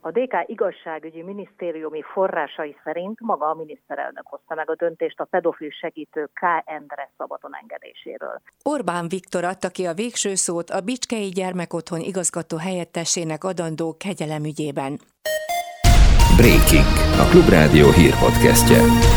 A DK igazságügyi minisztériumi forrásai szerint maga a miniszterelnök hozta meg a döntést a pedofil segítő K. Endre szabadon engedéséről. Orbán Viktor adta ki a végső szót a Bicskei Gyermekotthon igazgató helyettesének adandó kegyelem ügyében. Breaking, a Klubrádió hírpodcastje.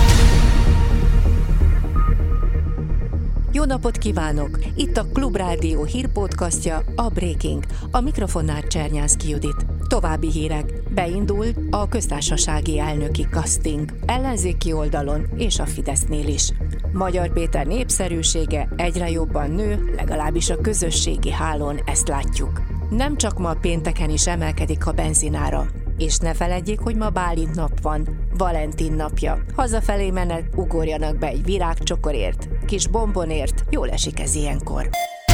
Jó napot kívánok! Itt a Klubrádió hírpodcastja, a Breaking. A mikrofonnál Csernyánszky Judit. További hírek. Beindult a köztársasági elnöki casting. Ellenzéki oldalon és a Fidesznél is. Magyar Péter népszerűsége egyre jobban nő, legalábbis a közösségi hálón ezt látjuk. Nem csak ma pénteken is emelkedik a benzinára. És ne feledjék, hogy ma Bálint nap van, Valentin napja. Hazafelé menet, ugorjanak be egy virágcsokorért, kis bombonért, jól esik ez ilyenkor.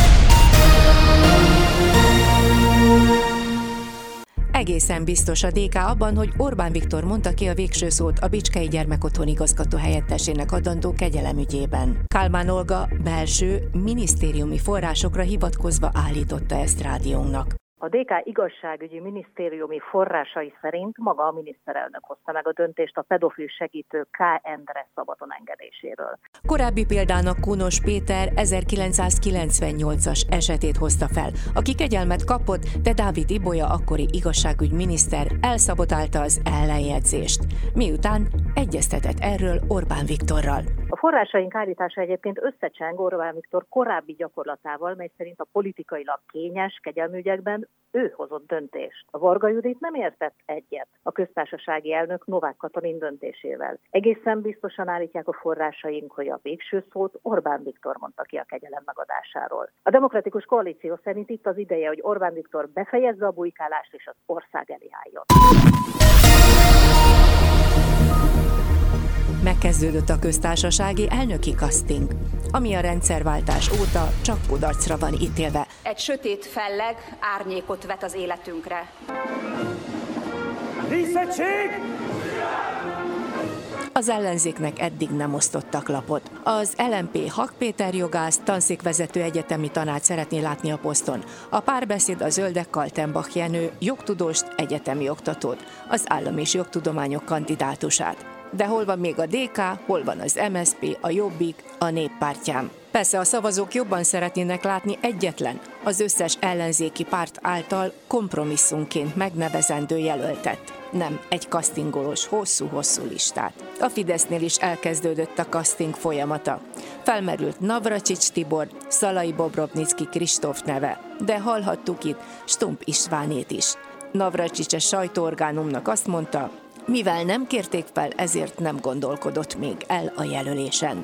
Egészen biztos a DK abban, hogy Orbán Viktor mondta ki a végső szót a Bicskei Gyermekotthon igazgató helyettesének adandó kegyelem ügyében. Kálmán Olga belső minisztériumi forrásokra hivatkozva állította ezt rádiónknak. A DK igazságügyi minisztériumi forrásai szerint maga a miniszterelnök hozta meg a döntést a pedofil segítő K. Endre szabadon engedéséről. Korábbi példának Kunos Péter 1998-as esetét hozta fel, aki kegyelmet kapott, de Dávid Ibolya akkori igazságügyminiszter elszabotálta az ellenjegyzést, miután egyeztetett erről Orbán Viktorral. A forrásaink állítása egyébként összecseng Orbán Viktor korábbi gyakorlatával, mely szerint a politikailag kényes kegyelmügyekben ő hozott döntést. A Varga Judit nem értett egyet a köztársasági elnök Novák Katalin döntésével. Egészen biztosan állítják a forrásaink, hogy a végső szót Orbán Viktor mondta ki a kegyelem megadásáról. A Demokratikus Koalíció szerint itt az ideje, hogy Orbán Viktor befejezze a bujkálást és az ország elé álljon. Megkezdődött a köztársasági elnöki casting, ami a rendszerváltás óta csak kudarcra van ítélve. Egy sötét felleg árnyékot vet az életünkre. Részegység! Az ellenzéknek eddig nem osztottak lapot. Az LMP Hak Péter jogász, tanszékvezető egyetemi tanács szeretné látni a poszton. A Párbeszéd a Zöldek Kaltenbach Jenő jogtudóst, egyetemi oktatót, az Állam és Jogtudományok kandidátusát. De hol van még a DK, hol van az MSZP, a Jobbik, a Néppártyám? Persze a szavazók jobban szeretnének látni egyetlen, az összes ellenzéki párt által kompromisszumként megnevezendő jelöltet. Nem egy castingolós hosszú-hosszú listát. A Fidesznél is elkezdődött a casting folyamata. Felmerült Navracsics Tibor, Szalai Bobrovnicki Kristóf neve, de hallhattuk itt Stump Istvánét is. Navracsics a sajtóorgánumnak azt mondta, mivel nem kérték fel, ezért nem gondolkodott még el a jelölésen.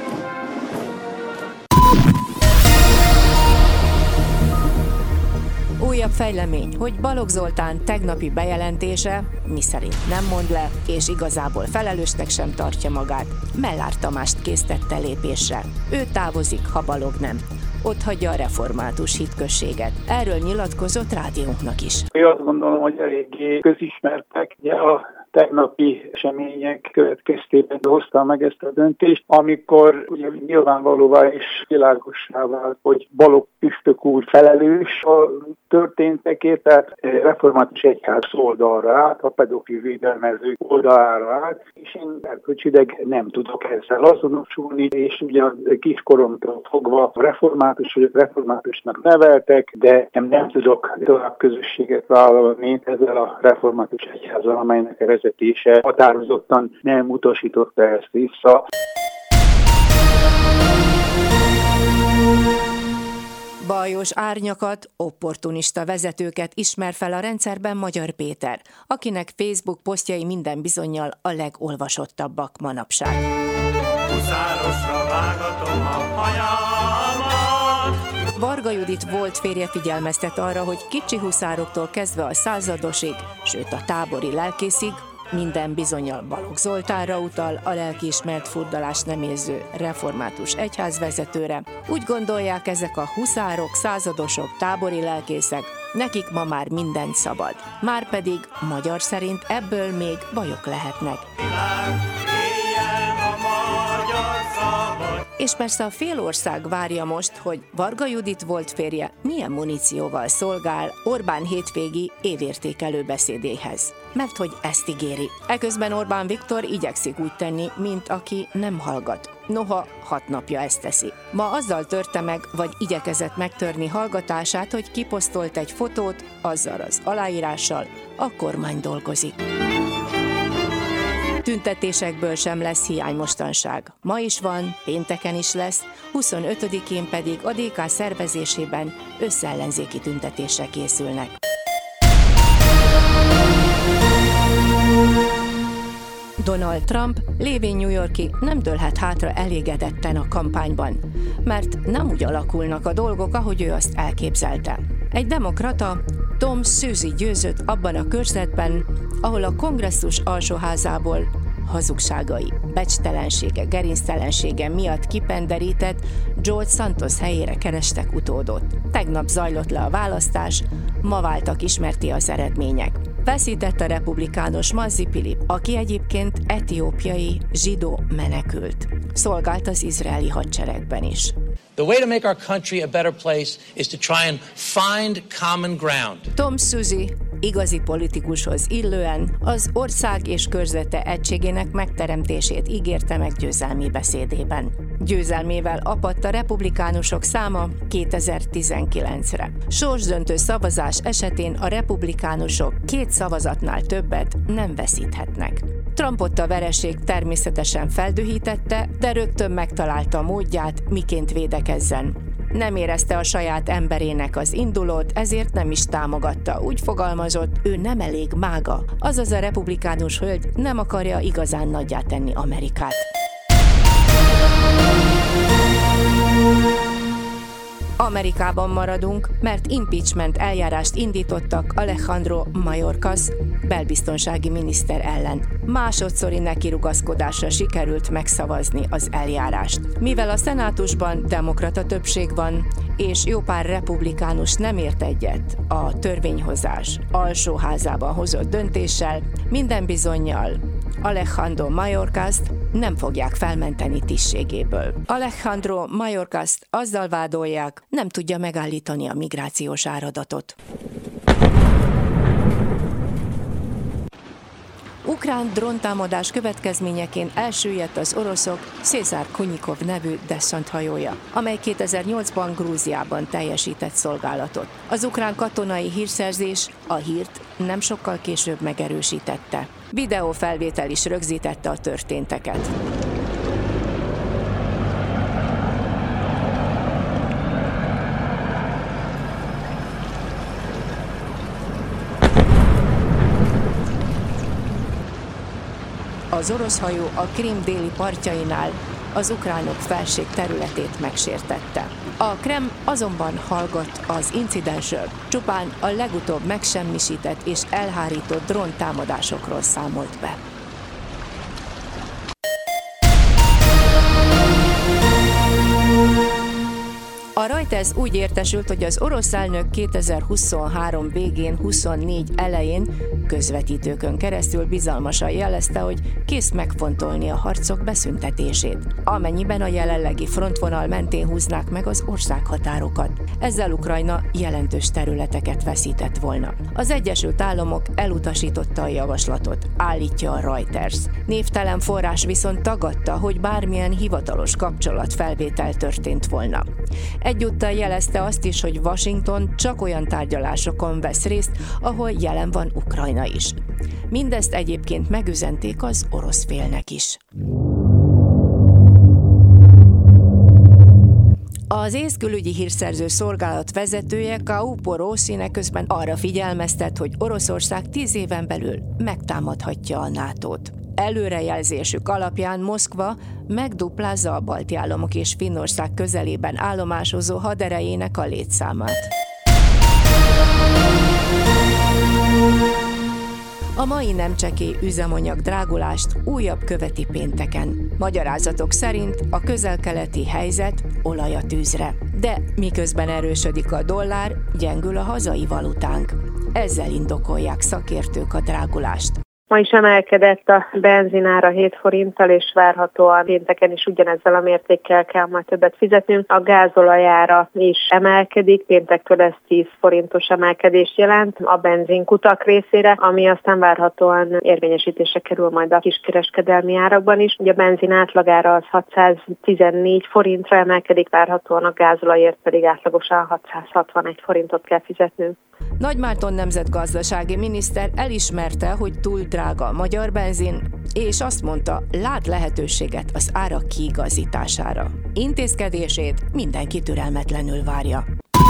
Újabb fejlemény, hogy Balogh Zoltán tegnapi bejelentése, miszerint nem mond le, és igazából felelősnek sem tartja magát, Mellár Tamást késztette lépésre. Ő távozik, ha Balogh nem. Ott hagyja a református hitközséget. Erről nyilatkozott rádiónknak is. Én azt gondolom, hogy eléggé közismertek. Ugye a tegnapi események következtében hozta meg ezt a döntést, amikor ugye nyilvánvalóvá és világossá vált, hogy Balogh püspök úr felelős a történtekért, tehát református egyház oldalra állt, a pedofil védelmezők oldalára állt, és én erkölcsileg nem tudok ezzel azonosulni, és ugye kiskoromtól fogva reformátusnak neveltek, de nem tudok tovább közösséget vállalni ezzel a református egyházzal, amelynek a vezetése határozottan nem utasította ezt vissza. Bajos árnyakat, opportunista vezetőket ismer fel a rendszerben Magyar Péter, akinek Facebook posztjai minden bizonnyal a legolvasottabbak manapság. Huszárosra vágatom a hajamat. Varga Judit volt férje figyelmeztet arra, hogy kicsi huszároktól kezdve a századosig, sőt a tábori lelkészig, minden bizonnyal Balogh Zoltánra utal, a lelkiismert furdalást nem érző református egyházvezetőre. Úgy gondolják ezek a huszárok, századosok, tábori lelkészek, nekik ma már mindent szabad. Márpedig magyar szerint ebből még bajok lehetnek. És persze a félország várja most, hogy Varga Judit volt férje milyen munícióval szolgál Orbán hétvégi évértékelő beszédéhez. Mert hogy ezt ígéri. Eközben Orbán Viktor igyekszik úgy tenni, mint aki nem hallgat. Noha 6 napja ezt teszi. Ma azzal törte meg, vagy igyekezett megtörni hallgatását, hogy kiposztolt egy fotót, azzal az aláírással: a kormány dolgozik. Tüntetésekből sem lesz hiány mostanság. Ma is van, pénteken is lesz, 25-én pedig a DK szervezésében összellenzéki tüntetésre készülnek. Donald Trump, lévén New York-i, nem dőlhet hátra elégedetten a kampányban, mert nem úgy alakulnak a dolgok, ahogy ő azt elképzelte. Egy demokrata, Tom Suozzi győzött abban a körzetben, ahol a kongresszus alsóházából hazugságai, becstelensége, gerinctelensége miatt kipenderített George Santos helyére kerestek utódot. Tegnap zajlott le a választás, ma váltak ismerté az eredmények. Veszített a republikánus Mazi Pilip, aki egyébként etiópiai zsidó menekült. Szolgált az izraeli hadseregben is. The way to make our country a better place is to try and find common ground. Tom Suozzi igazi politikushoz illően az ország és körzete egységének megteremtését ígérte meg győzelmi beszédében. Győzelmével apadt a republikánusok száma 2019-re. Sorsdöntő szavazás esetén a republikánusok 2 szavazatnál többet nem veszíthetnek. Trumpot a vereség természetesen feldühítette, de rögtön megtalálta a módját, miként védekezzen. Nem érezte a saját emberének az indulót, ezért nem is támogatta. Úgy fogalmazott, ő nem elég mága, azaz a republikánus hölgy nem akarja igazán nagyjá tenni Amerikát. Amerikában maradunk, mert impeachment eljárást indítottak Alejandro Mayorkas belbiztonsági miniszter ellen. Másodszori nekirugaszkodásra sikerült megszavazni az eljárást. Mivel a szenátusban demokrata többség van, és jó pár republikánus nem ért egyet a törvényhozás alsóházában hozott döntéssel, minden bizonnyal Alejandro Mayorkast nem fogják felmenteni tisztségéből. Alejandro Mayorkast azzal vádolják, nem tudja megállítani a migrációs áradatot. Ukrán dróntámadás következményeként elsüllyedt az oroszok Cézár Kunyikov nevű desszanthajója, amely 2008-ban Grúziában teljesített szolgálatot. Az ukrán katonai hírszerzés a hírt nem sokkal később megerősítette. Videófelvétel is rögzítette a történteket. Az orosz hajó a Krím déli partjainál az ukránok felség területét megsértette. A Kreml azonban hallgat az incidensről, csupán a legutóbb megsemmisített és elhárított dróntámadásokról számolt be. A Reuters úgy értesült, hogy az orosz elnök 2023 végén, 24 elején közvetítőkön keresztül bizalmasan jelezte, hogy kész megfontolni a harcok beszüntetését, amennyiben a jelenlegi frontvonal mentén húznák meg az országhatárokat. Ezzel Ukrajna jelentős területeket veszített volna. Az Egyesült Államok elutasította a javaslatot, állítja a Reuters. Névtelen forrás viszont tagadta, hogy bármilyen hivatalos kapcsolatfelvétel történt volna. Egyúttal jelezte azt is, hogy Washington csak olyan tárgyalásokon vesz részt, ahol jelen van Ukrajna is. Mindezt egyébként megüzenték az orosz félnek is. Az észt külügyi hírszerző szolgálat vezetője Kaupo Rossi közben arra figyelmeztet, hogy Oroszország 10 éven belül megtámadhatja a NATO-t. Előrejelzésük alapján Moszkva megduplázza a balti államok és Finnország közelében állomásozó haderejének a létszámát. A mai nem csekély üzemanyag drágulást újabb követi pénteken. Magyarázatok szerint a közel-keleti helyzet olaj a tűzre. De miközben erősödik a dollár, gyengül a hazai valutánk. Ezzel indokolják szakértők a drágulást. Ma is emelkedett a benzinára 7 forinttal, és várhatóan pénteken is ugyanezzel a mértékkel kell majd többet fizetnünk. A gázolajára is emelkedik, péntektől ez 10 forintos emelkedést jelent a benzinkutak részére, ami aztán várhatóan érvényesítésre kerül majd a kiskereskedelmi árakban is. Ugye a benzin átlagára az 614 forintra emelkedik, várhatóan a gázolajért pedig átlagosan 661 forintot kell fizetnünk. Nagy Márton nemzetgazdasági miniszter elismerte, hogy túl drága a magyar benzin, és azt mondta, lát lehetőséget az árak kiigazítására. Intézkedését mindenki türelmetlenül várja.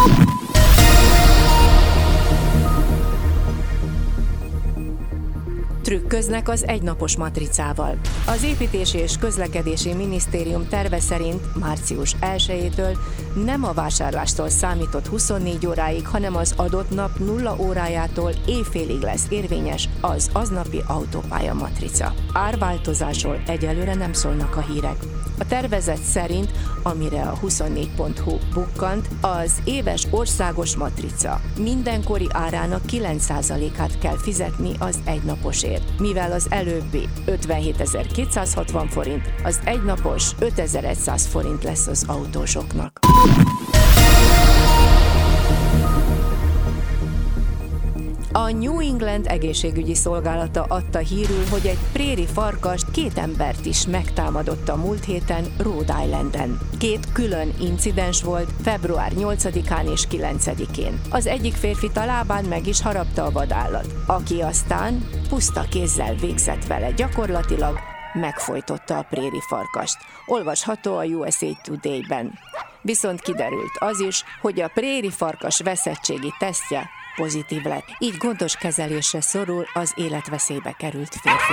Trükköznek az egynapos matricával. Az Építési és Közlekedési Minisztérium terve szerint március 1-től nem a vásárlástól számított 24 óráig, hanem az adott nap 0 órájától éjfélig lesz érvényes az aznapi autópálya matrica. Árváltozásról egyelőre nem szólnak a hírek. A tervezet szerint, amire a 24.hu bukkant, az éves országos matrica mindenkori árának 9%-át kell fizetni az egynaposért, mivel az előbbi 57.260 forint, az egynapos 5.100 forint lesz az autósoknak. A New England egészségügyi szolgálata adta hírül, hogy egy préri farkas 2 embert is megtámadott a múlt héten Rhode Islanden. 2 külön incidens volt február 8-án és 9-én. Az egyik férfit a lábán meg is harapta a vadállat, aki aztán puszta kézzel végzett vele, gyakorlatilag megfojtotta a préri farkast. Olvasható a USA Today-ben. Viszont kiderült az is, hogy a préri farkas veszettségi tesztje pozitív lett. Így gondos kezelésre szorul az életveszélybe került férfi.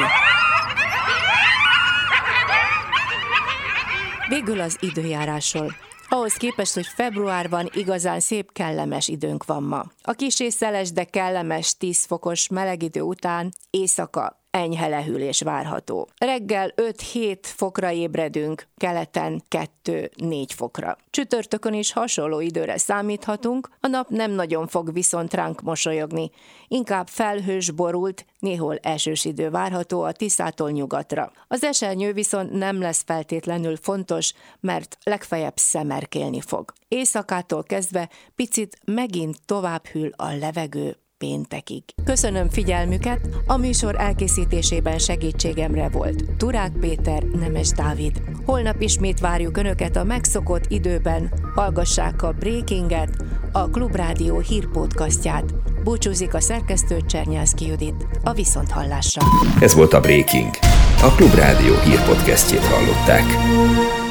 Végül az időjárásról. Ahhoz képest, hogy februárban igazán szép, kellemes időnk van ma. A kissé szeles, de kellemes 10 fokos meleg idő után éjszaka enyhe lehűlés várható. Reggel 5-7 fokra ébredünk, keleten 2-4 fokra. Csütörtökön is hasonló időre számíthatunk, a nap nem nagyon fog viszont ránk mosolyogni. Inkább felhős, borult, néhol esős idő várható a Tiszától nyugatra. Az esernyő viszont nem lesz feltétlenül fontos, mert legfeljebb szemerkélni fog. Éjszakától kezdve picit megint tovább hűl a levegő péntekig. Köszönöm figyelmüket, a műsor elkészítésében segítségemre volt Turák Péter, Nemes Dávid. Holnap ismét várjuk Önöket a megszokott időben, hallgassák a Breakinget, a Klubrádió hírpodcastját. Búcsúzik a szerkesztő Csernyánszky Judit, a viszonthallásra. Ez volt a Breaking. A Klubrádió hírpodcastjét hallották.